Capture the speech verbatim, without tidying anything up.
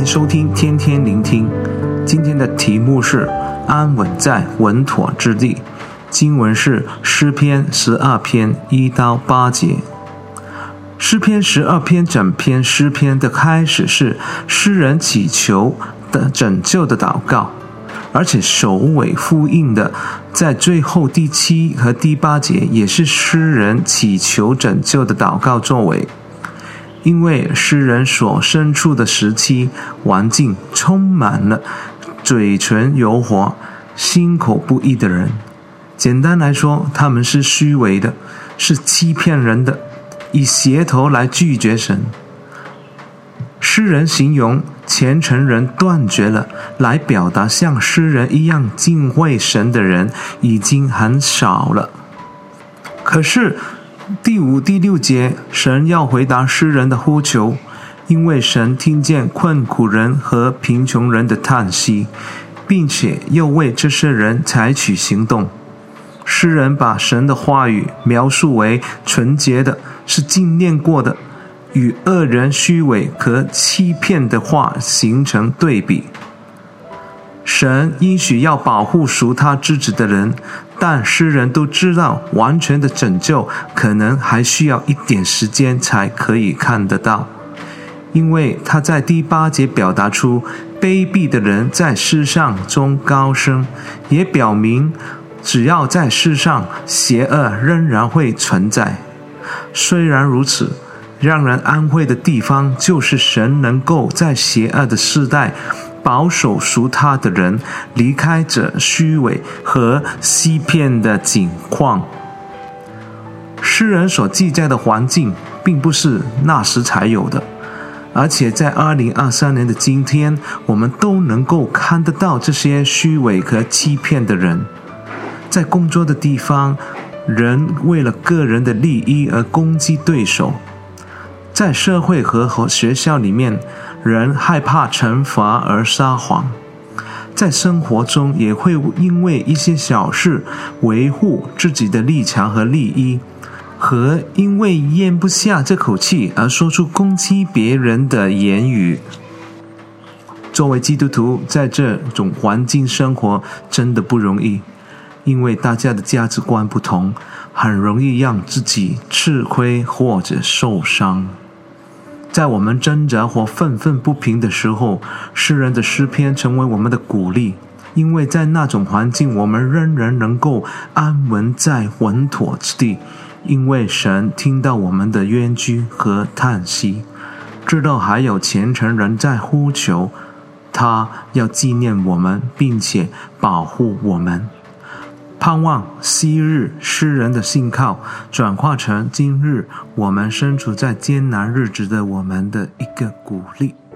收听天天聆听。今天的题目是安稳在稳妥之地。经文是诗篇十二篇一到八节。诗篇十二篇整篇诗篇的开始是诗人祈求的拯救的祷告，而且首尾呼应的，在最后第七和第八节也是诗人祈求拯救的祷告作为。因为诗人所身处的时期环境充满了嘴唇油滑、心口不一的人。简单来说，他们是虚伪的，是欺骗人的，以舌头来拒绝神。诗人形容虔诚人断绝了，来表达像诗人一样敬畏神的人已经很少了。可是第五、第六节，神要回答诗人的呼求，因为神听见困苦人和贫穷人的叹息，并且又为这些人采取行动。诗人把神的话语描述为纯洁的，是经验过的，与恶人虚伪和欺骗的话形成对比。神应许要保护属他之子的人，但诗人都知道完全的拯救可能还需要一点时间才可以看得到。因为他在第八节表达出卑鄙的人在世上中高升，也表明只要在世上，邪恶仍然会存在。虽然如此，让人安慰的地方就是神能够在邪恶的世代保守属他的人，离开这虚伪和欺骗的境况。诗人所记载的环境并不是那时才有的，而且在二零二三年的今天，我们都能够看得到这些虚伪和欺骗的人。在工作的地方，人为了个人的利益而攻击对手；在社会和学校里面，人害怕惩罚而撒谎；在生活中也会因为一些小事维护自己的立场和利益，和因为咽不下这口气而说出攻击别人的言语。作为基督徒，在这种环境生活真的不容易，因为大家的价值观不同，很容易让自己吃亏或者受伤。在我们挣扎或愤愤不平的时候，诗人的诗篇成为我们的鼓励，因为在那种环境，我们仍然能够安稳在稳妥之地，因为神听到我们的冤屈和叹息，知道还有虔诚人在呼求，他要纪念我们，并且保护我们。盼望昔日诗人的信靠转化成今日我们身处在艰难日子的我们的一个鼓励。